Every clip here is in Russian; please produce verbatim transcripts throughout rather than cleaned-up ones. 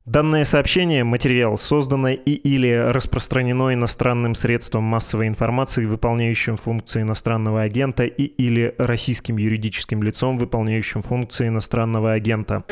Данное сообщение, материал, создано и или распространено иностранным средством массовой информации, выполняющим функции иностранного агента, и или российским юридическим лицом, выполняющим функции иностранного агента.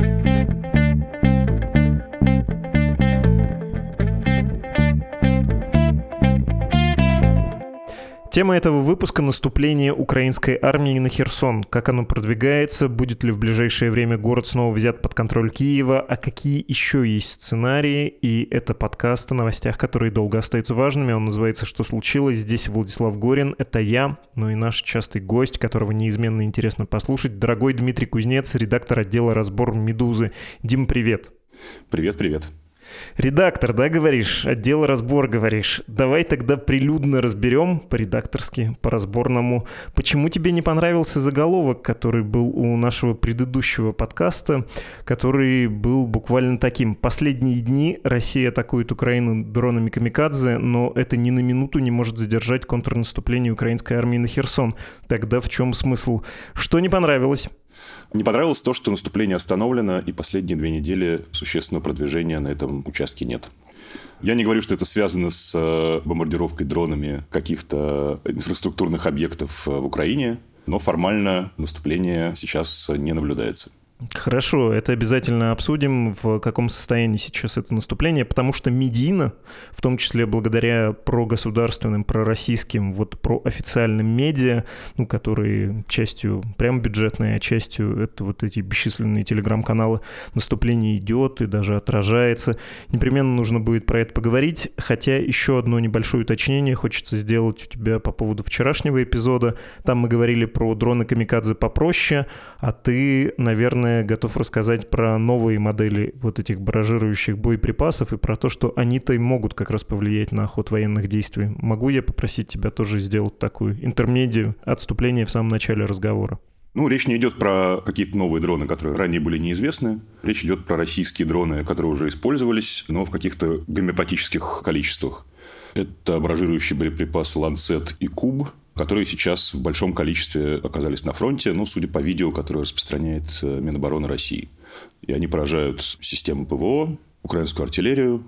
Тема этого выпуска — наступление украинской армии на Херсон. Как оно продвигается, будет ли в ближайшее время город снова взят под контроль Киева, а какие еще есть сценарии. И это подкаст о новостях, которые долго остаются важными. Он называется «Что случилось?». Здесь Владислав Горин, это я, ну и наш частый гость, которого неизменно интересно послушать, дорогой Дмитрий Кузнец, редактор отдела «Разбор Медузы». Дим, привет. Привет-привет. Редактор, да, говоришь? Отдел «Разбор», говоришь. Давай тогда прилюдно разберем, по-редакторски, по-разборному, почему тебе не понравился заголовок, который был у нашего предыдущего подкаста, который был буквально таким: «Последние дни Россия атакует Украину дронами камикадзе, но это ни на минуту не может задержать контрнаступление украинской армии на Херсон». Тогда в чем смысл? Что не понравилось? Не понравилось то, что наступление остановлено, и последние две недели существенного продвижения на этом участке нет. Я не говорю, что это связано с бомбардировкой дронами каких-то инфраструктурных объектов в Украине, но формально наступление сейчас не наблюдается. Хорошо, это обязательно обсудим, в каком состоянии сейчас это наступление, потому что медийно, в том числе благодаря прогосударственным, пророссийским, вот проофициальным медиа, ну, которые частью прям бюджетные, а частью это вот эти бесчисленные телеграм-каналы, наступление идет и даже отражается. Непременно нужно будет про это поговорить, хотя еще одно небольшое уточнение хочется сделать у тебя по поводу вчерашнего эпизода. Там мы говорили про дроны камикадзе попроще, а ты, наверное, готов рассказать про новые модели вот этих барражирующих боеприпасов и про то, что они-то и могут как раз повлиять на ход военных действий. Могу я попросить тебя тоже сделать такую интермедию, отступление в самом начале разговора? Ну, речь не идет про какие-то новые дроны, которые ранее были неизвестны. Речь идет про российские дроны, которые уже использовались, но в каких-то гомеопатических количествах. Это барражирующие боеприпасы «Ланцет» и «Куб», которые сейчас в большом количестве оказались на фронте, ну, судя по видео, которое распространяет Минобороны России. И они поражают системы ПВО, украинскую артиллерию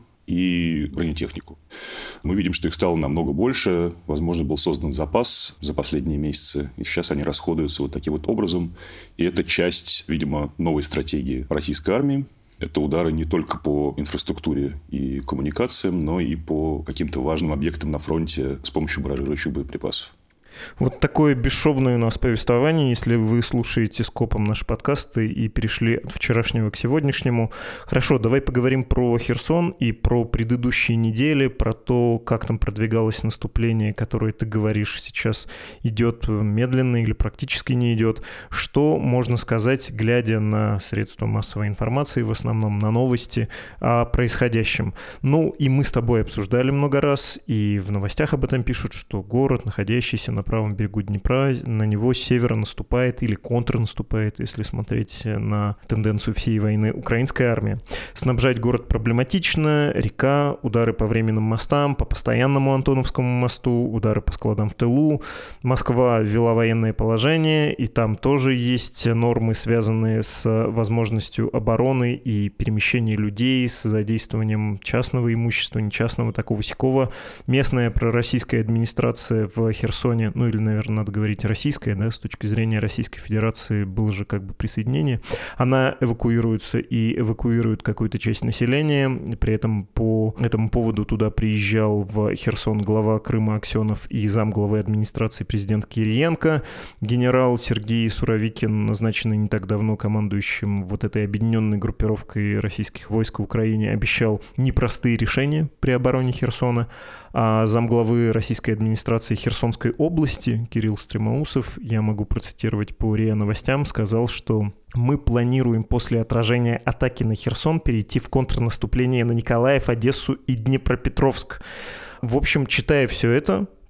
и бронетехнику. Мы видим, что их стало намного больше. Возможно, был создан запас за последние месяцы. И сейчас они расходуются вот таким вот образом. И это часть, видимо, новой стратегии российской армии. Это удары не только по инфраструктуре и коммуникациям, но и по каким-то важным объектам на фронте с помощью барражирующих боеприпасов. Вот такое бесшовное у нас повествование, если вы слушаете скопом наши подкасты и перешли от вчерашнего к сегодняшнему. Хорошо, давай поговорим про Херсон и про предыдущие недели, про то, как там продвигалось наступление, которое, ты говоришь, сейчас идет медленно или практически не идет. Что можно сказать, глядя на средства массовой информации, в основном на новости о происходящем? Ну, и мы с тобой обсуждали много раз, и в новостях об этом пишут, что город, находящийся на на правом берегу Днепра, на него с севера наступает или контрнаступает, если смотреть на тенденцию всей войны, украинская армия. Снабжать город проблематично, река, удары по временным мостам, по постоянному Антоновскому мосту, удары по складам в тылу. Москва ввела военное положение, и там тоже есть нормы, связанные с возможностью обороны и перемещения людей, с задействованием частного имущества, нечастного, такого-сякого. Местная пророссийская администрация в Херсоне, ну или, наверное, надо говорить российская, да, с точки зрения Российской Федерации было же как бы присоединение, она эвакуируется и эвакуирует какую-то часть населения, при этом по этому поводу туда приезжал в Херсон глава Крыма Аксенов и замглавы администрации президент Кириенко, генерал Сергей Суровикин, назначенный не так давно командующим вот этой объединенной группировкой российских войск в Украине, обещал непростые решения при обороне Херсона, а замглавы российской администрации Херсонской области Кирилл Стремоусов, я могу процитировать по РИА Новостям, сказал, что мы планируем после отражения атаки на Херсон перейти в контрнаступление на Николаев, Одессу и Днепропетровск. В общем, читая все это,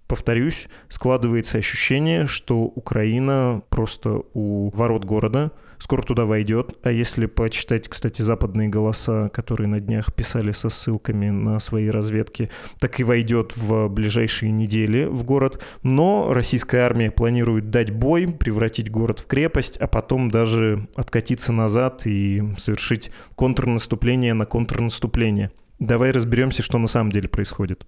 Повторюсь, складывается ощущение, что Украина просто у ворот города, скоро туда войдет. А если почитать, кстати, западные голоса, которые на днях писали со ссылками на свои разведки, так и войдет в ближайшие недели в город. Но российская армия планирует дать бой, превратить город в крепость, а потом даже откатиться назад и совершить контрнаступление на контрнаступление. Давай разберемся, что на самом деле происходит.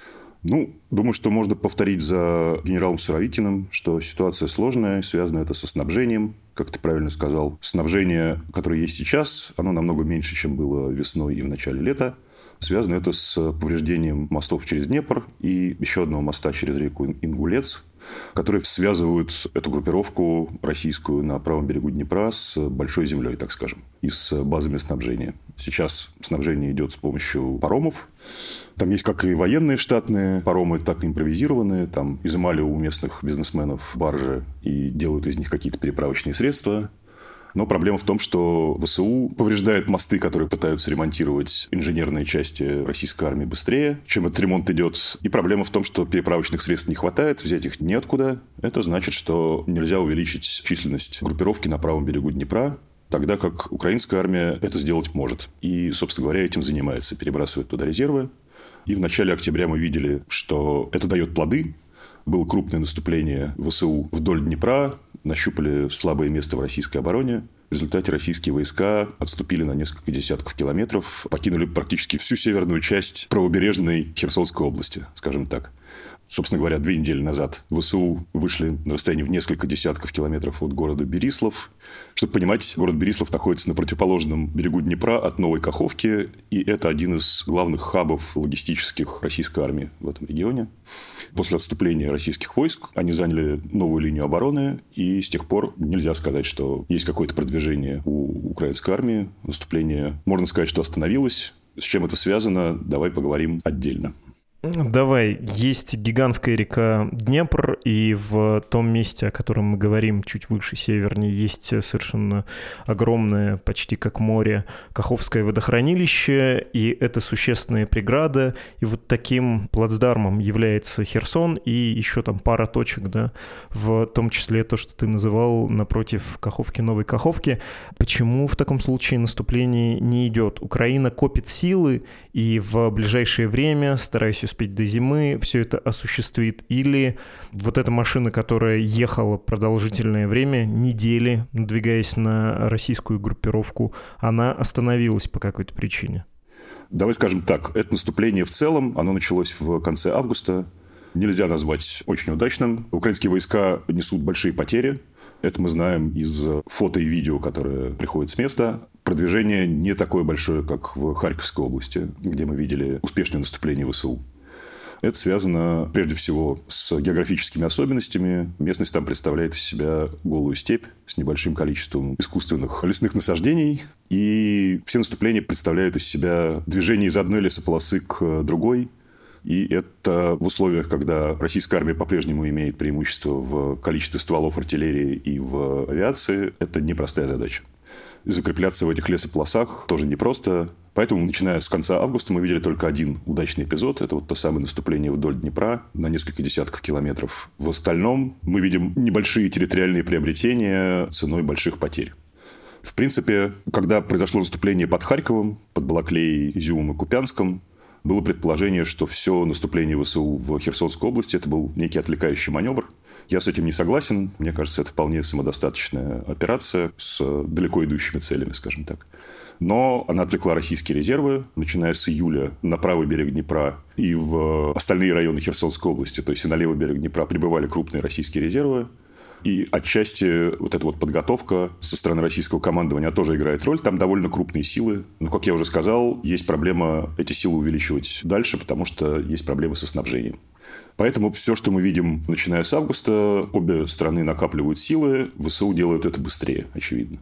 Ну, думаю, что можно повторить за генералом Суровикиным, что ситуация сложная, связано это со снабжением, как ты правильно сказал. Снабжение, которое есть сейчас, оно намного меньше, чем было весной и в начале лета. Связано это с повреждением мостов через Днепр и еще одного моста через реку Ингулец, которые связывают эту группировку российскую на правом берегу Днепра с большой землей, так скажем, и с базами снабжения. Сейчас снабжение идет с помощью паромов. Там есть как и военные штатные паромы, так и импровизированные. Там изымали у местных бизнесменов баржи и делают из них какие-то переправочные средства. Но проблема в том, что ВСУ повреждает мосты, которые пытаются ремонтировать инженерные части российской армии быстрее, чем этот ремонт идет. И проблема в том, что переправочных средств не хватает, взять их неоткуда. Это значит, что нельзя увеличить численность группировки на правом берегу Днепра, тогда как украинская армия это сделать может. И, собственно говоря, этим занимается, перебрасывает туда резервы. И в начале октября мы видели, что это дает плоды. Было крупное наступление ВСУ вдоль Днепра, нащупали слабое место в российской обороне. В результате российские войска отступили на несколько десятков километров, покинули практически всю северную часть правобережной Херсонской области, скажем так. Собственно говоря, две недели назад ВСУ вышли на расстоянии в несколько десятков километров от города Берислав. Чтобы понимать, город Берислав находится на противоположном берегу Днепра от Новой Каховки, и это один из главных хабов логистических российской армии в этом регионе. После отступления российских войск они заняли новую линию обороны, и с тех пор нельзя сказать, что есть какое-то продвижение у украинской армии. Наступление, можно сказать, что остановилось. С чем это связано, давай поговорим отдельно. Давай. Есть гигантская река Днепр, и в том месте, о котором мы говорим, чуть выше, севернее, есть совершенно огромное, почти как море, Каховское водохранилище, и это существенная преграда. И вот таким плацдармом является Херсон и еще там пара точек, да, в том числе то, что ты называл напротив Каховки, Новой Каховки. Почему в таком случае наступление не идет? Украина копит силы и в ближайшее время, стараясь успеть до зимы, все это осуществит? Или вот эта машина, которая ехала продолжительное время, недели, надвигаясь на российскую группировку, она остановилась по какой-то причине? Давай скажем так, это наступление в целом, оно началось в конце августа. Нельзя назвать очень удачным. Украинские войска несут большие потери. Это мы знаем из фото и видео, которые приходят с места. Продвижение не такое большое, как в Харьковской области, где мы видели успешное наступление ВСУ. Это связано прежде всего с географическими особенностями. Местность там представляет из себя голую степь с небольшим количеством искусственных лесных насаждений. И все наступления представляют из себя движение из одной лесополосы к другой. И это в условиях, когда российская армия по-прежнему имеет преимущество в количестве стволов артиллерии и в авиации, это непростая задача. Закрепляться в этих лесополосах тоже непросто. Поэтому, начиная с конца августа, мы видели только один удачный эпизод. Это вот то самое наступление вдоль Днепра на несколько десятков километров. В остальном мы видим небольшие территориальные приобретения ценой больших потерь. В принципе, когда произошло наступление под Харьковом, под Балаклеей, Изюмом и Купянском, было предположение, что все наступление ВСУ в Херсонской области – это был некий отвлекающий маневр. Я с этим не согласен. Мне кажется, это вполне самодостаточная операция с далеко идущими целями, скажем так. Но она отвлекла российские резервы, начиная с июля на правый берег Днепра и в остальные районы Херсонской области, то есть и на левый берег Днепра, прибывали крупные российские резервы. И отчасти вот эта вот подготовка со стороны российского командования тоже играет роль. Там довольно крупные силы. Но, как я уже сказал, есть проблема эти силы увеличивать дальше, потому что есть проблемы со снабжением. Поэтому все, что мы видим, начиная с августа, обе страны накапливают силы, ВСУ делают это быстрее, очевидно.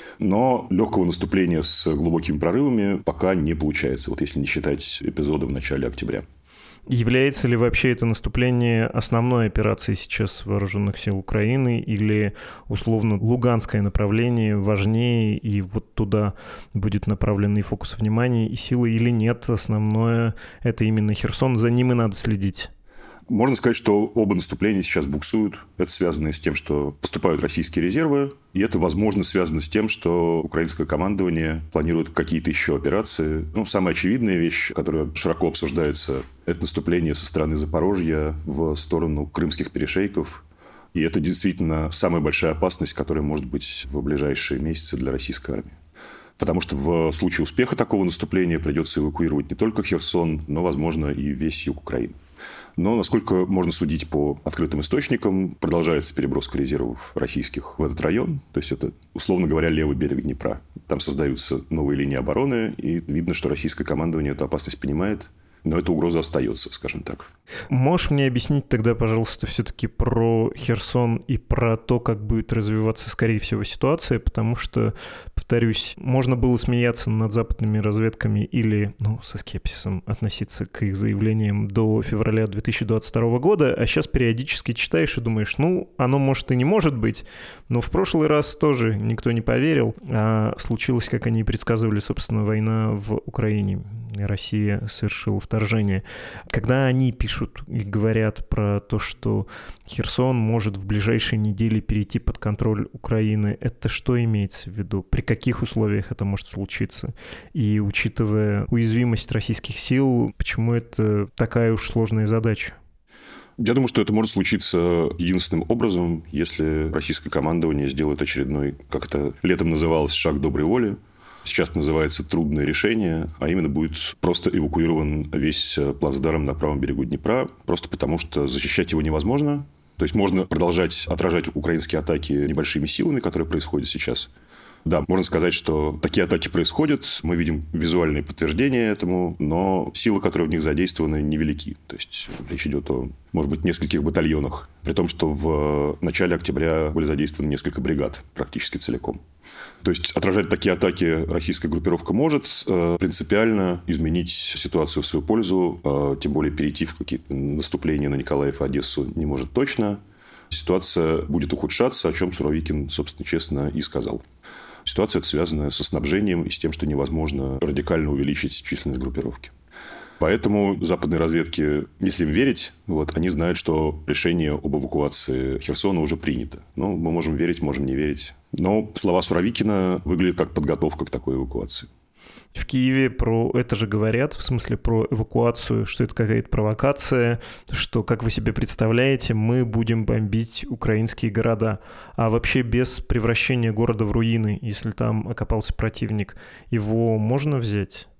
Но легкого наступления с глубокими прорывами пока не получается, вот если не считать эпизода в начале октября. Является ли вообще это наступление основной операцией сейчас вооруженных сил Украины, или условно луганское направление важнее, и вот туда будет направлен и фокус внимания, и силы, или нет, основное это именно Херсон, за ним и надо следить? Можно сказать, что оба наступления сейчас буксуют. Это связано с тем, что поступают российские резервы, и это, возможно, связано с тем, что украинское командование планирует какие-то еще операции. Ну, самая очевидная вещь, которая широко обсуждается, это наступление со стороны Запорожья в сторону крымских перешейков. И это действительно самая большая опасность, которая может быть в ближайшие месяцы для российской армии. Потому что в случае успеха такого наступления придется эвакуировать не только Херсон, но, возможно, и весь юг Украины. Но, насколько можно судить по открытым источникам, продолжается переброска резервов российских в этот район. То есть, это, условно говоря, левый берег Днепра. Там создаются новые линии обороны, и видно, что российское командование эту опасность понимает. Но эта угроза остается, скажем так. Можешь мне объяснить тогда, пожалуйста, все-таки про Херсон и про то, как будет развиваться, скорее всего, ситуация, потому что, повторюсь, можно было смеяться над западными разведками или, ну, со скепсисом относиться к их заявлениям до февраля две тысячи двадцать второго года, а сейчас периодически читаешь и думаешь, ну, оно, может, и не может быть, но в прошлый раз тоже никто не поверил, а случилось, как они и предсказывали, собственно, война в Украине. Россия совершила вторжение. Когда они пишут и говорят про то, что Херсон может в ближайшие недели перейти под контроль Украины, это что имеется в виду? При каких условиях это может случиться? И учитывая уязвимость российских сил, почему это такая уж сложная задача? Я думаю, что это может случиться единственным образом, если российское командование сделает очередной, как это летом называлось, шаг доброй воли. Сейчас называется трудное решение, а именно будет просто эвакуирован весь плацдарм на правом берегу Днепра, просто потому что защищать его невозможно. То есть можно продолжать отражать украинские атаки небольшими силами, которые происходят сейчас. Да, можно сказать, что такие атаки происходят, мы видим визуальные подтверждения этому, но силы, которые в них задействованы, невелики. То есть речь идет о, может быть, нескольких батальонах, при том, что в начале октября были задействованы несколько бригад практически целиком. То есть отражать такие атаки российская группировка может э, принципиально изменить ситуацию в свою пользу, э, тем более перейти в какие-то наступления на Николаев и Одессу не может точно. Ситуация будет ухудшаться, о чем Суровикин, собственно, честно и сказал. Ситуация эта связана со снабжением и с тем, что невозможно радикально увеличить численность группировки. Поэтому западные разведки, если им верить, вот, они знают, что решение об эвакуации Херсона уже принято. Ну, мы можем верить, можем не верить. Но слова Суровикина выглядят как подготовка к такой эвакуации. В Киеве про это же говорят, в смысле про эвакуацию, что это какая-то провокация, что, как вы себе представляете, мы будем бомбить украинские города. А вообще без превращения города в руины, если там окопался противник, его можно взять?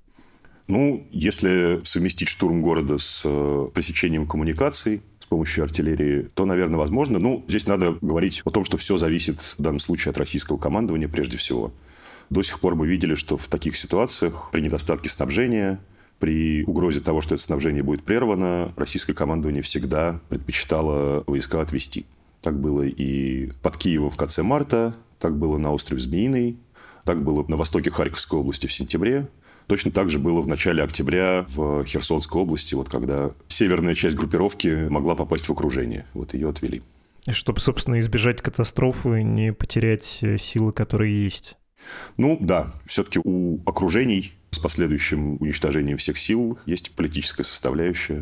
Ну, если совместить штурм города с пресечением коммуникаций с помощью артиллерии, то, наверное, возможно. Ну, здесь надо говорить о том, что все зависит в данном случае от российского командования прежде всего. До сих пор мы видели, что в таких ситуациях при недостатке снабжения, при угрозе того, что это снабжение будет прервано, российское командование всегда предпочитало войска отвести. Так было и под Киевом в конце марта, так было на острове Змеиный, так было на востоке Харьковской области в сентябре. Точно так же было в начале октября в Херсонской области, вот когда северная часть группировки могла попасть в окружение. Вот ее отвели. Чтобы, собственно, избежать катастрофы, не потерять силы, которые есть. Ну, да. Все-таки у окружений с последующим уничтожением всех сил есть политическая составляющая.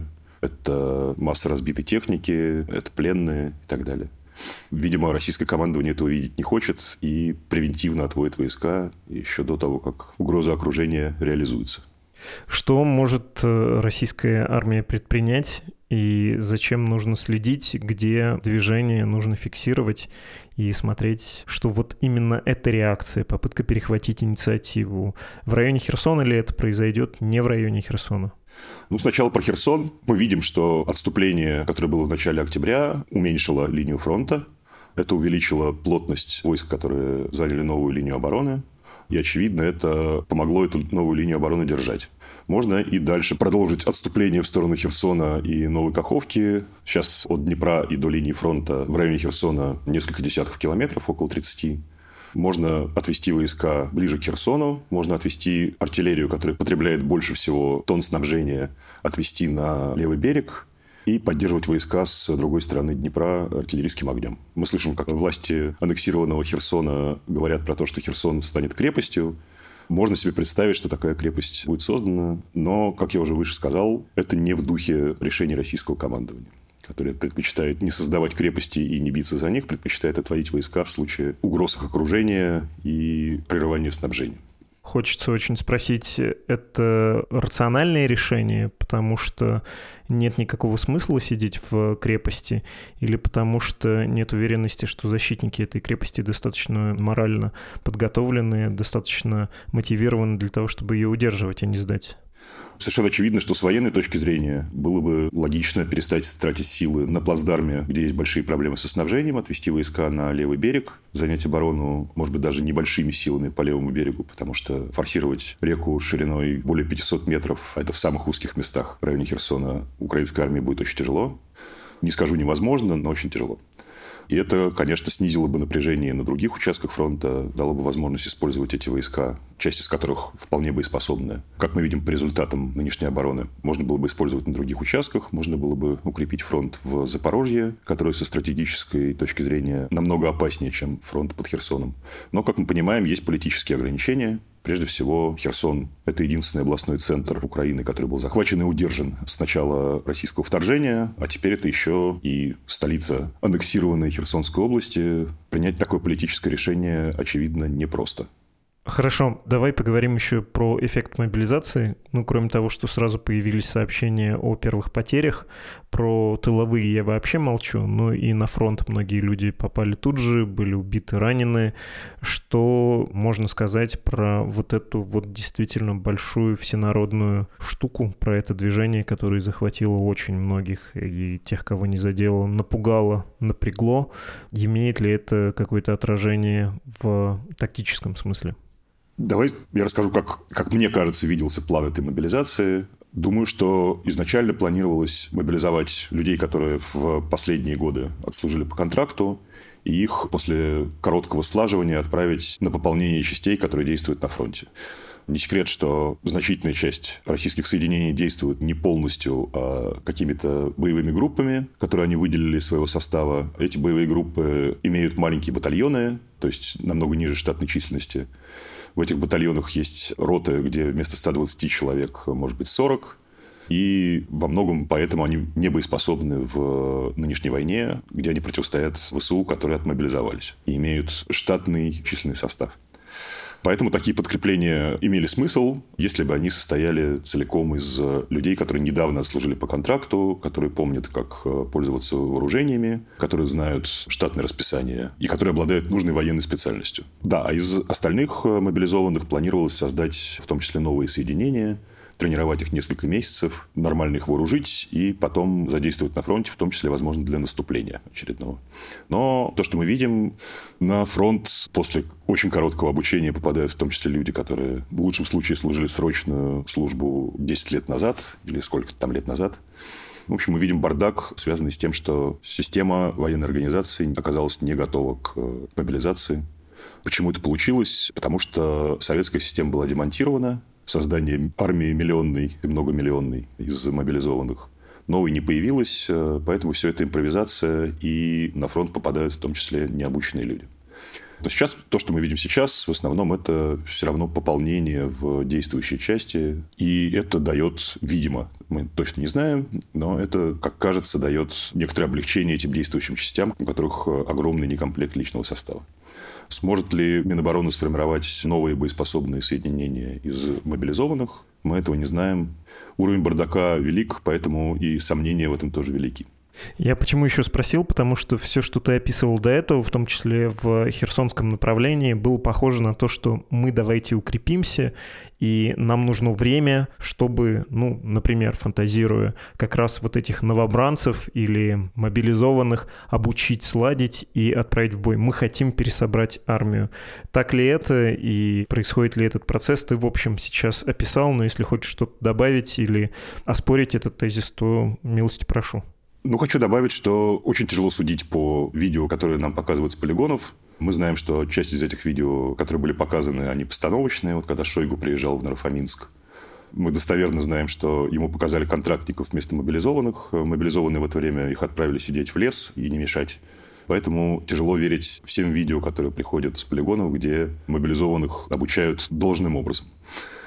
Это масса разбитой техники, это пленные и так далее. Видимо, российское командование этого видеть не хочет и превентивно отводит войска еще до того, как угроза окружения реализуется. Что может российская армия предпринять и зачем нужно следить, где движение нужно фиксировать и смотреть, что вот именно эта реакция, попытка перехватить инициативу в районе Херсона, или это произойдет не в районе Херсона? Ну, сначала про Херсон. Мы видим, что отступление, которое было в начале октября, уменьшило линию фронта. Это увеличило плотность войск, которые заняли новую линию обороны. И, очевидно, это помогло эту новую линию обороны держать. Можно и дальше продолжить отступление в сторону Херсона и Новой Каховки. Сейчас от Днепра и до линии фронта в районе Херсона несколько десятков километров, около тридцати. Можно отвести войска ближе к Херсону. Можно отвести артиллерию, которая потребляет больше всего тонн снабжения, отвести на левый берег и поддерживать войска с другой стороны Днепра артиллерийским огнем. Мы слышим, как власти аннексированного Херсона говорят про то, что Херсон станет крепостью. Можно себе представить, что такая крепость будет создана, но, как я уже выше сказал, это не в духе решений российского командования. которая предпочитает не создавать крепости и не биться за них, предпочитает отводить войска в случае угроз их окружения и прерывания снабжения. Хочется очень спросить, это рациональное решение, потому что нет никакого смысла сидеть в крепости, или потому что нет уверенности, что защитники этой крепости достаточно морально подготовлены, достаточно мотивированы для того, чтобы ее удерживать, а не сдать? Совершенно очевидно, что с военной точки зрения было бы логично перестать тратить силы на плацдарме, где есть большие проблемы со снабжением, отвести войска на левый берег, занять оборону, может быть, даже небольшими силами по левому берегу, потому что форсировать реку шириной более пятьсот метров, а это в самых узких местах в районе Херсона, украинской армии будет очень тяжело. Не скажу невозможно, но очень тяжело. И это, конечно, снизило бы напряжение на других участках фронта, дало бы возможность использовать эти войска, часть из которых вполне боеспособны. Как мы видим по результатам нынешней обороны, можно было бы использовать на других участках, можно было бы укрепить фронт в Запорожье, который со стратегической точки зрения намного опаснее, чем фронт под Херсоном. Но, как мы понимаем, есть политические ограничения. Прежде всего, Херсон – это единственный областной центр Украины, который был захвачен и удержан с начала российского вторжения, а теперь это еще и столица аннексированной Херсонской области. Принять такое политическое решение, очевидно, непросто. Хорошо, давай поговорим еще про эффект мобилизации. Ну, кроме того, что сразу появились сообщения о первых потерях, про тыловые я вообще молчу, но и на фронт многие люди попали тут же, были убиты, ранены. Что можно сказать про вот эту вот действительно большую всенародную штуку, про это движение, которое захватило очень многих, и тех, кого не задело, напугало, напрягло? Имеет ли это какое-то отражение в тактическом смысле? Давай я расскажу, как, как мне кажется, виделся план этой мобилизации. Думаю, что изначально планировалось мобилизовать людей, которые в последние годы отслужили по контракту, и их после короткого слаживания отправить на пополнение частей, которые действуют на фронте. Не секрет, что значительная часть российских соединений действует не полностью, а какими-то боевыми группами, которые они выделили из своего состава. Эти боевые группы имеют маленькие батальоны, то есть намного ниже штатной численности. В этих батальонах есть роты, где вместо ста двадцати человек может быть сорок. И во многом поэтому они не боеспособны в нынешней войне, где они противостоят ВСУ, которые отмобилизовались и имеют штатный численный состав. Поэтому такие подкрепления имели смысл, если бы они состояли целиком из людей, которые недавно отслужили по контракту, которые помнят, как пользоваться вооружениями, которые знают штатное расписание и которые обладают нужной военной специальностью. Да, а из остальных мобилизованных планировалось создать в том числе новые соединения, тренировать их несколько месяцев, нормально их вооружить и потом задействовать на фронте, в том числе, возможно, для наступления очередного. Но то, что мы видим, на фронт после очень короткого обучения попадают в том числе люди, которые в лучшем случае служили срочную службу десять лет назад или сколько-то там лет назад. В общем, мы видим бардак, связанный с тем, что система военной организации оказалась не готова к мобилизации. Почему это получилось? Потому что советская система была демонтирована, создание армии миллионной и многомиллионной из мобилизованных. Новой не появилось, поэтому все это импровизация, и на фронт попадают в том числе необученные люди. Но сейчас, то, что мы видим сейчас, в основном это все равно пополнение в действующей части, и это дает, видимо, мы точно не знаем, но это, как кажется, дает некоторое облегчение этим действующим частям, у которых огромный некомплект личного состава. Сможет ли Минобороны сформировать новые боеспособные соединения из мобилизованных? Мы этого не знаем. Уровень бардака велик, поэтому и сомнения в этом тоже велики. Я почему еще спросил, потому что все, что ты описывал до этого, в том числе в херсонском направлении, было похоже на то, что мы давайте укрепимся, и нам нужно время, чтобы, ну, например, фантазируя, как раз вот этих новобранцев или мобилизованных обучить, сладить и отправить в бой. Мы хотим пересобрать армию. Так ли это и происходит ли этот процесс? Ты, в общем, сейчас описал, но если хочешь что-то добавить или оспорить этот тезис, то милости прошу. Ну, хочу добавить, что очень тяжело судить по видео, которые нам показывают с полигонов. Мы знаем, что часть из этих видео, которые были показаны, они постановочные. Вот когда Шойгу приезжал в Наро-Фоминск, мы достоверно знаем, что ему показали контрактников вместо мобилизованных. Мобилизованные в это время их отправили сидеть в лес и не мешать. Поэтому тяжело верить всем видео, которые приходят с полигонов, где мобилизованных обучают должным образом.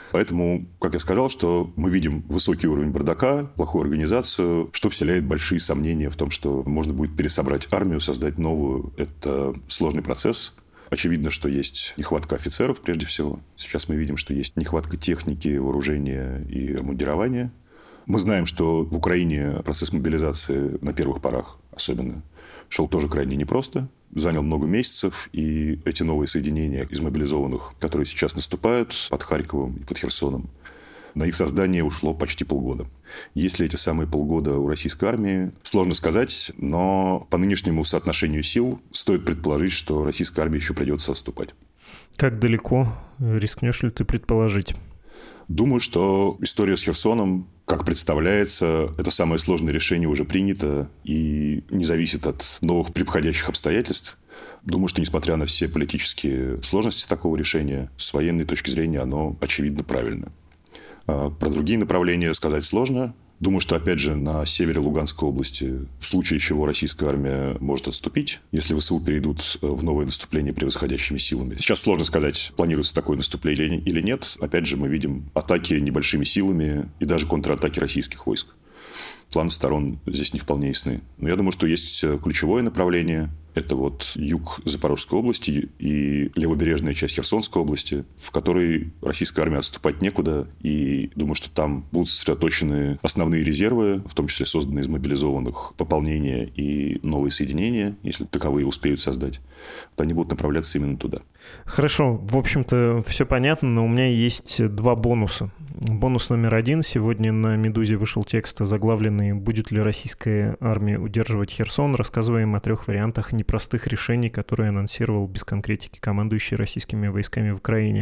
Поэтому, как я сказал, что мы видим высокий уровень бардака, плохую организацию, что вселяет большие сомнения в том, что можно будет пересобрать армию, создать новую. Это сложный процесс. Очевидно, что есть нехватка офицеров, прежде всего. Сейчас мы видим, что есть нехватка техники, вооружения и обмундирования. Мы знаем, что в Украине процесс мобилизации на первых порах особенно шел тоже крайне непросто. Занял много месяцев, и эти новые соединения из мобилизованных, которые сейчас наступают под Харьковом и под Херсоном, на их создание ушло почти полгода. Есть ли эти самые полгода у российской армии, сложно сказать, но по нынешнему соотношению сил стоит предположить, что российской армии еще придется отступать. Как далеко? Рискнешь ли ты предположить? Думаю, что история с Херсоном, как представляется, это самое сложное решение уже принято и не зависит от новых приходящих обстоятельств. Думаю, что несмотря на все политические сложности такого решения, с военной точки зрения оно очевидно правильно. Про другие направления сказать сложно. Думаю, что, опять же, на севере Луганской области, в случае чего российская армия может отступить, если ВСУ перейдут в новое наступление превосходящими силами. Сейчас сложно сказать, планируется такое наступление или нет. Опять же, мы видим атаки небольшими силами и даже контратаки российских войск. Планы сторон здесь не вполне ясны. Но я думаю, что есть ключевое направление. Это вот юг Запорожской области и левобережная часть Херсонской области, в которой российская армия отступать некуда. И думаю, что там будут сосредоточены основные резервы, в том числе созданные из мобилизованных, пополнения и новые соединения, если таковые успеют создать. То они будут направляться именно туда. Хорошо. В общем-то, все понятно, но у меня есть два бонуса. Бонус номер один. Сегодня на «Медузе» вышел текст, озаглавленный «Будет ли российская армия удерживать Херсон?». Рассказываем о трех вариантах непростых решений, которые анонсировал без конкретики командующий российскими войсками в Украине.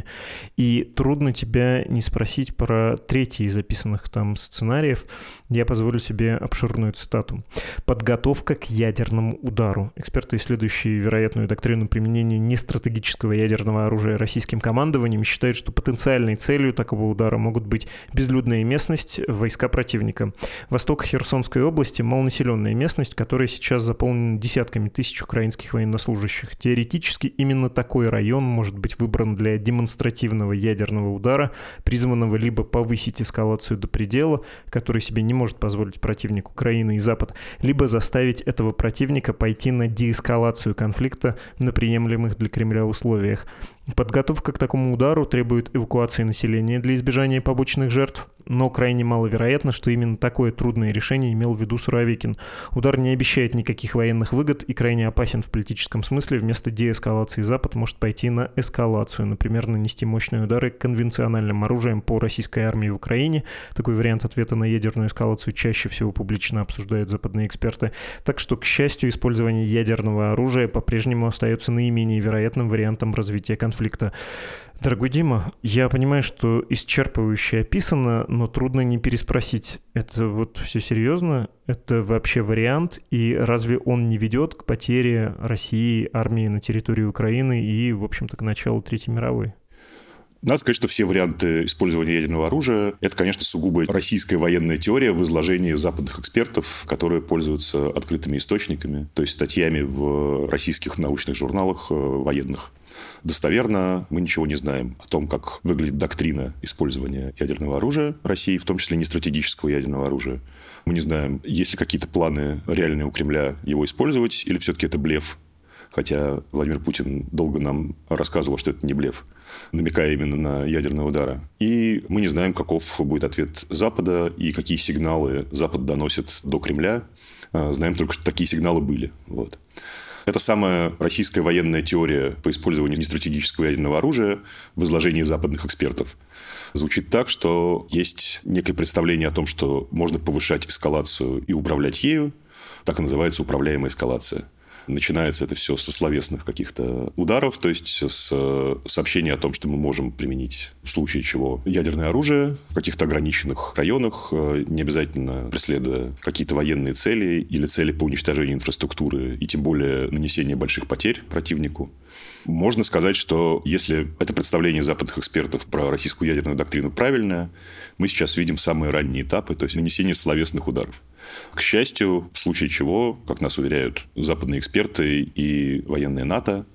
И трудно тебя не спросить про третий из записанных там сценариев. Я позволю себе обширную цитату. «Подготовка к ядерному удару. Эксперты, исследующие вероятную доктрину применения нестратегического ядерного оружия российским командованием, считают, что потенциальной целью такого удара могут быть безлюдная местность, войска противника. Восток Херсонской области – малонаселенная местность, которая сейчас заполнена десятками тысяч украинских военнослужащих. Теоретически именно такой район может быть выбран для демонстративного ядерного удара, призванного либо повысить эскалацию до предела, который себе не может позволить противник Украины и Запад, либо заставить этого противника пойти на деэскалацию конфликта на приемлемых для Кремля условиях. Подготовка к такому удару требует эвакуации населения для избежания побочных жертв, но крайне маловероятно, что именно такое трудное решение имел в виду Суровикин. Удар не обещает никаких военных выгод и крайне опасен в политическом смысле. Вместо деэскалации Запад может пойти на эскалацию, например, нанести мощные удары конвенциональным оружием по российской армии в Украине. Такой вариант ответа на ядерную эскалацию чаще всего публично обсуждают западные эксперты. Так что, к счастью, использование ядерного оружия по-прежнему остается наименее вероятным вариантом развития конфликта. конфликта. Дорогой Дима, я понимаю, что исчерпывающе описано, но трудно не переспросить. Это вот все серьезно? Это вообще вариант? И разве он не ведет к потере России, армии на территории Украины и, в общем-то, к началу Третьей мировой? Надо сказать, что все варианты использования ядерного оружия – это, конечно, сугубо российская военная теория в изложении западных экспертов, которые пользуются открытыми источниками, то есть статьями в российских научных журналах военных. Достоверно мы ничего не знаем о том, как выглядит доктрина использования ядерного оружия России, в том числе нестратегического ядерного оружия. Мы не знаем, есть ли какие-то планы реальные у Кремля его использовать, или все-таки это блеф. Хотя Владимир Путин долго нам рассказывал, что это не блеф, намекая именно на ядерные удары. И мы не знаем, каков будет ответ Запада и какие сигналы Запад доносит до Кремля. Знаем только, что такие сигналы были. Вот. Это самая российская военная теория по использованию нестратегического ядерного оружия в изложении западных экспертов. Звучит так, что есть некое представление о том, что можно повышать эскалацию и управлять ею. Так и называется управляемая эскалация. Начинается это все со словесных каких-то ударов, то есть с сообщения о том, что мы можем применить в случае чего ядерное оружие в каких-то ограниченных районах, не обязательно преследуя какие-то военные цели или цели по уничтожению инфраструктуры и тем более нанесения больших потерь противнику. Можно сказать, что если это представление западных экспертов про российскую ядерную доктрину правильное, мы сейчас видим самые ранние этапы, то есть нанесение словесных ударов. К счастью, в случае чего, как нас уверяют западные эксперты и военные НАТО,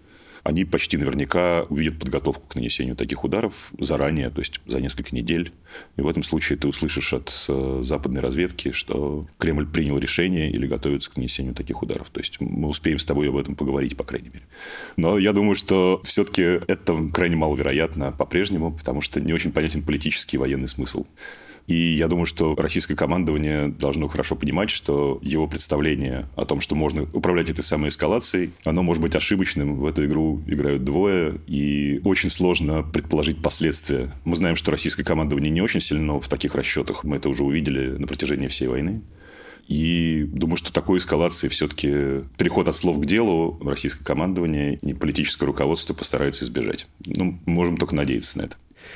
они почти наверняка увидят подготовку к нанесению таких ударов заранее, то есть за несколько недель. И в этом случае ты услышишь от западной разведки, что Кремль принял решение или готовится к нанесению таких ударов. То есть мы успеем с тобой об этом поговорить, по крайней мере. Но я думаю, что все-таки это крайне маловероятно по-прежнему, потому что не очень понятен политический и военный смысл. И я думаю, что российское командование должно хорошо понимать, что его представление о том, что можно управлять этой самой эскалацией, оно может быть ошибочным. В эту игру играют двое, и очень сложно предположить последствия. Мы знаем, что российское командование не очень сильно в таких расчетах. Мы это уже увидели на протяжении всей войны. И думаю, что такой эскалации все-таки переход от слов к делу российское командование и политическое руководство постараются избежать. Ну, можем только надеяться на это.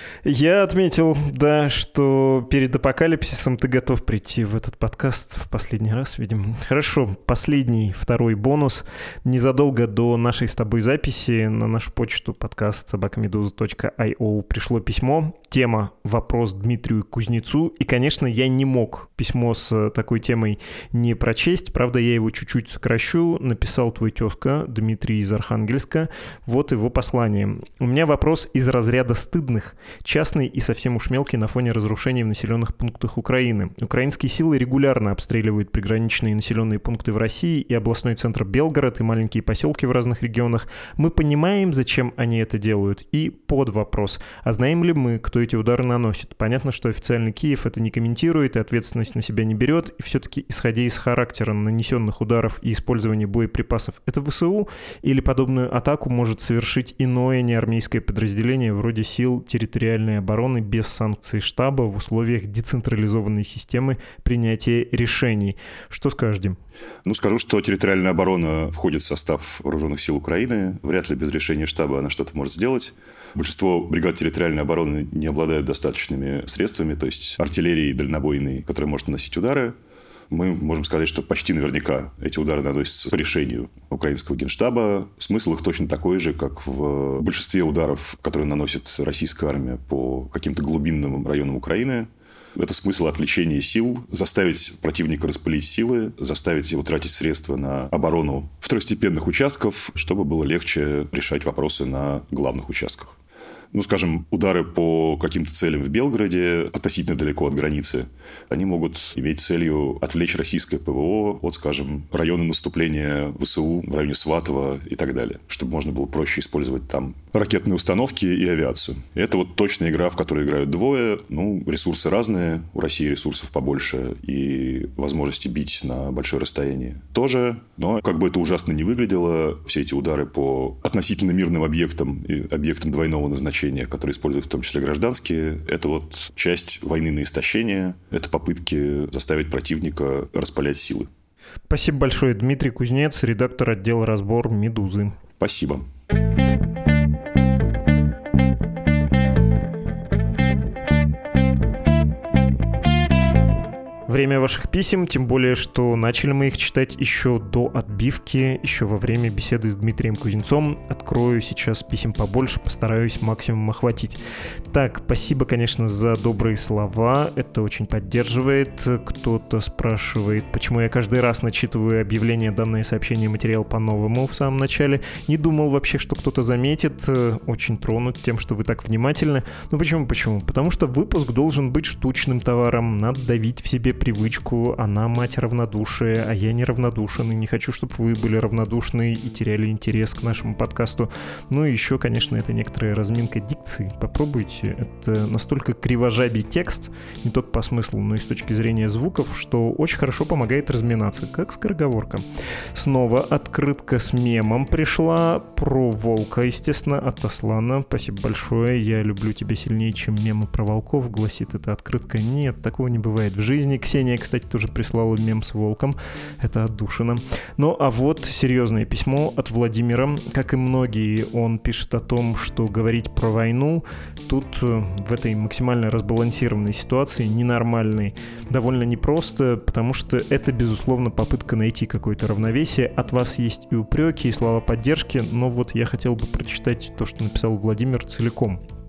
Я отметил, да, что перед апокалипсисом ты готов прийти в этот подкаст в последний раз, видимо. Хорошо, последний, второй бонус. Незадолго до нашей с тобой записи на нашу почту подкаст собака медуза точка ай о пришло письмо. Тема «Вопрос Дмитрию Кузнецу». И, конечно, я не мог письмо с такой темой не прочесть. Правда, я его чуть-чуть сокращу. Написал твой тезка Дмитрий из Архангельска. Вот его послание. У меня вопрос из разряда стыдных. Частный и совсем уж мелкий на фоне разрушений в населенных пунктах Украины. Украинские силы регулярно обстреливают приграничные населенные пункты в России и областной центр Белгород, и маленькие поселки в разных регионах. Мы понимаем, зачем они это делают. И под вопрос. А знаем ли мы, кто эти удары наносит? Понятно, что официальный Киев это не комментирует и ответственность на себя не берет. И все-таки, исходя из характера нанесенных ударов и использования боеприпасов, это ВСУ? Или подобную атаку может совершить иное неармейское подразделение вроде сил территориальной обороны без санкций штаба в условиях децентрализованной системы принятия решений? Что скажешь, Дим? Ну, скажу, что территориальная оборона входит в состав вооруженных сил Украины. Вряд ли без решения штаба она что-то может сделать. Большинство бригад территориальной обороны не обладают достаточными средствами, то есть артиллерией дальнобойной, которая может наносить удары. Мы можем сказать, что почти наверняка эти удары наносятся по решению украинского генштаба. Смысл их точно такой же, как в большинстве ударов, которые наносит российская армия по каким-то глубинным районам Украины. Это смысл отвлечения сил, заставить противника распылить силы, заставить его тратить средства на оборону второстепенных участков, чтобы было легче решать вопросы на главных участках. Ну, скажем, удары по каким-то целям в Белгороде, относительно далеко от границы, они могут иметь целью отвлечь российское ПВО от, скажем, района наступления ВСУ в районе Сватово и так далее, чтобы можно было проще использовать там ракетные установки и авиацию. И это вот точная игра, в которой играют двое. Ну, ресурсы разные, у России ресурсов побольше и возможности бить на большое расстояние тоже. Но как бы это ужасно не выглядело, все эти удары по относительно мирным объектам и объектам двойного назначения, которые используют в том числе гражданские, это вот часть войны на истощение, это попытки заставить противника распалять силы. Спасибо большое. Дмитрий Кузнец, редактор отдела «Разбор» «Медузы». Спасибо. Время ваших писем, тем более, что начали мы их читать еще до отбивки, еще во время беседы с Дмитрием Кузнецом. Открою сейчас писем побольше, постараюсь максимум охватить. Так, спасибо, конечно, за добрые слова, это очень поддерживает. Кто-то спрашивает, почему я каждый раз начитываю объявление, данное сообщение, материал по-новому в самом начале. Не думал вообще, что кто-то заметит. Очень тронут тем, что вы так внимательны. Ну почему, почему? Потому что выпуск должен быть штучным товаром, надо давить в себе привычку, она мать равнодушия, а я не равнодушен, и не хочу, чтобы вы были равнодушны и теряли интерес к нашему подкасту. Ну и еще, конечно, это некоторая разминка дикции. Попробуйте. Это настолько кривожабий текст, не только по смыслу, но и с точки зрения звуков, что очень хорошо помогает разминаться, как скороговорка. Снова открытка с мемом пришла про волка, естественно, от Аслана. Спасибо большое. Я люблю тебя сильнее, чем мемы про волков, гласит эта открытка. Нет, такого не бывает в жизни. Ксения, кстати, тоже прислала мем с волком. Это отдушина. Ну, а вот серьезное письмо от Владимира. Как и многие, он пишет о том, что говорить про войну тут в этой максимально разбалансированной ситуации, ненормальной, довольно непросто, потому что это, безусловно, попытка найти какое-то равновесие. От вас есть и упреки, и слова поддержки, но вот я хотел бы прочитать то, что написал Владимир целиком.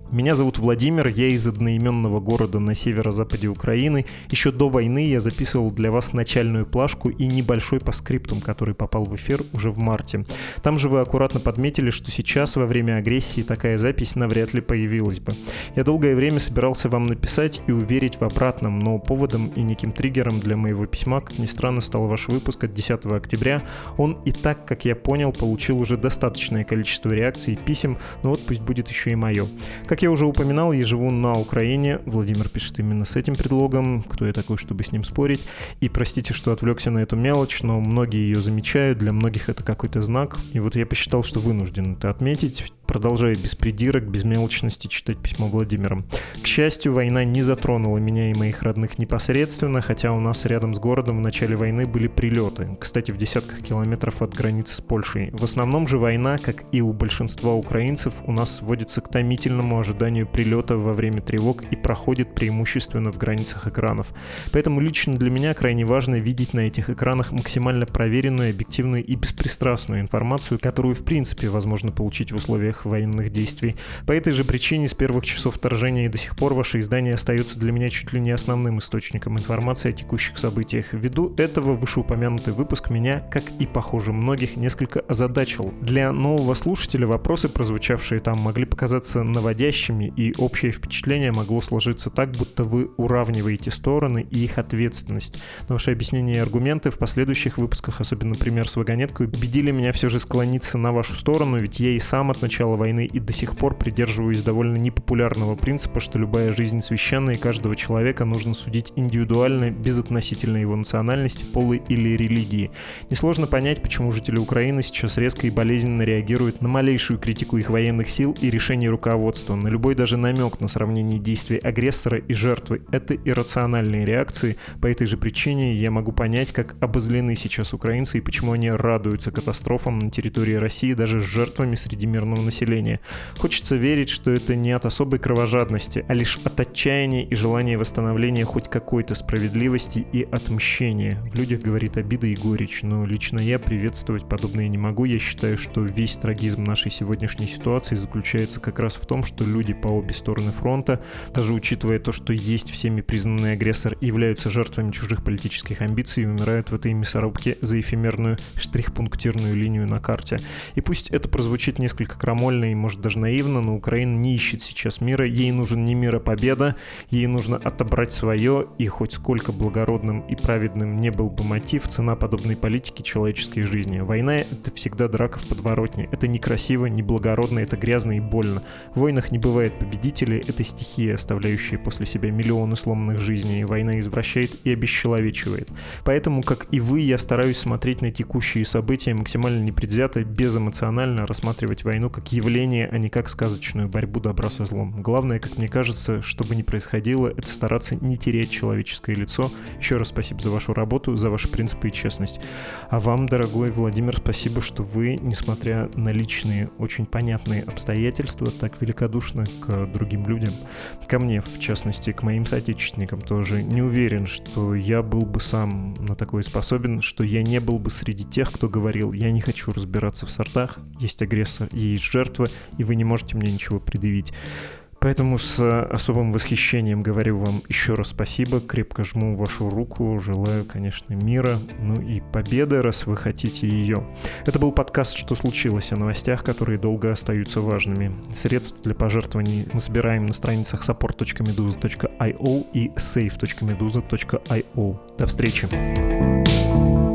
Меня зовут Владимир, я из одноименного города на северо-западе Украины. Еще до войны я записывал для вас начальную плашку и небольшой постскриптум, который попал в эфир уже в марте. Там же вы аккуратно подметили, что сейчас, во время агрессии, такая запись навряд ли появилась бы. Я долгое время собирался вам написать и уверить в обратном, но поводом и неким триггером для моего письма, как ни странно, стал ваш выпуск от десятого октября. Он и так, как я понял, получил уже достаточное количество реакций и писем, но вот пусть будет еще и мое. Как я уже упоминал, я живу на Украине. Владимир пишет именно с этим предлогом. Кто я такой, чтобы с ним спорить? И простите, что отвлекся на эту мелочь, но многие ее замечают. Для многих это какой-то знак. И вот я посчитал, что вынужден это отметить. Продолжаю без придирок, без мелочности читать письмо Владимира. К счастью, война не затронула меня и моих родных непосредственно, хотя у нас рядом с городом в начале войны были прилеты. Кстати, в десятках километров от границы с Польшей. В основном же война, как и у большинства украинцев, у нас сводится к томительному ожиданию прилета во время тревог и проходит преимущественно в границах экранов. Поэтому лично для меня крайне важно видеть на этих экранах максимально проверенную, объективную и беспристрастную информацию, которую в принципе возможно получить в условиях военных действий. По этой же причине с первых часов вторжения и до сих пор ваше издание остается для меня чуть ли не основным источником информации о текущих событиях. Ввиду этого вышеупомянутый выпуск меня, как и, похоже, многих, несколько озадачил. Для нового слушателя вопросы, прозвучавшие там, могли показаться наводящими, и общее впечатление могло сложиться так, будто вы уравниваете стороны и их ответственность. Но ваши объяснения и аргументы в последующих выпусках, особенно пример с вагонеткой, убедили меня все же склониться на вашу сторону, ведь я и сам от начала войны и до сих пор придерживаюсь довольно непопулярного принципа, что любая жизнь священна, и каждого человека нужно судить индивидуально, безотносительно его национальности, пола или религии. Несложно понять, почему жители Украины сейчас резко и болезненно реагируют на малейшую критику их военных сил и решений руководства, на любой даже намек на сравнение действий агрессора и жертвы. Это иррациональные реакции. По этой же причине я могу понять, как обозлены сейчас украинцы и почему они радуются катастрофам на территории России даже с жертвами среди мирного населения. Хочется верить, что это не от особой кровожадности, а лишь от отчаяния и желания восстановления хоть какой-то справедливости и отмщения. В людях говорит обида и горечь, но лично я приветствовать подобное не могу. Я считаю, что весь трагизм нашей сегодняшней ситуации заключается как раз в том, что люди по обе стороны фронта, даже учитывая то, что есть всеми признанный агрессор и являются жертвами чужих политических амбиций, умирают в этой мясорубке за эфемерную штрих-пунктирную линию на карте. И пусть это прозвучит несколько крамольно и, может, даже наивно, но Украина не ищет сейчас мира, ей нужен не мир, а победа, ей нужно отобрать свое, и хоть сколько благородным и праведным не был бы мотив, цена подобной политики человеческой жизни. Война — это всегда драка в подворотне, это некрасиво, неблагородно, это грязно и больно. В войнах не бывает победителей, это стихия, оставляющая после себя миллионы сломанных жизней, и война извращает и обесчеловечивает. Поэтому, как и вы, я стараюсь смотреть на текущие события максимально непредвзято, безэмоционально, рассматривать войну как явление, а не как сказочную борьбу добра со злом. Главное, как мне кажется, что бы ни происходило, это стараться не терять человеческое лицо. Еще раз спасибо за вашу работу, за ваши принципы и честность. А вам, дорогой Владимир, спасибо, что вы, несмотря на личные, очень понятные обстоятельства, так великодушны к другим людям. Ко мне, в частности, к моим соотечественникам тоже. Не уверен, что я был бы сам на такое способен, что я не был бы среди тех, кто говорил: я не хочу разбираться в сортах, есть агрессор, есть жертва, и вы не можете мне ничего предъявить. Поэтому с особым восхищением говорю вам еще раз спасибо, крепко жму вашу руку, желаю, конечно, мира, ну и победы, раз вы хотите ее. Это был подкаст «Что случилось?» о новостях, которые долго остаются важными. Средств для пожертвований мы собираем на страницах support точка meduza точка ай о и save точка meduza точка ай о. До встречи!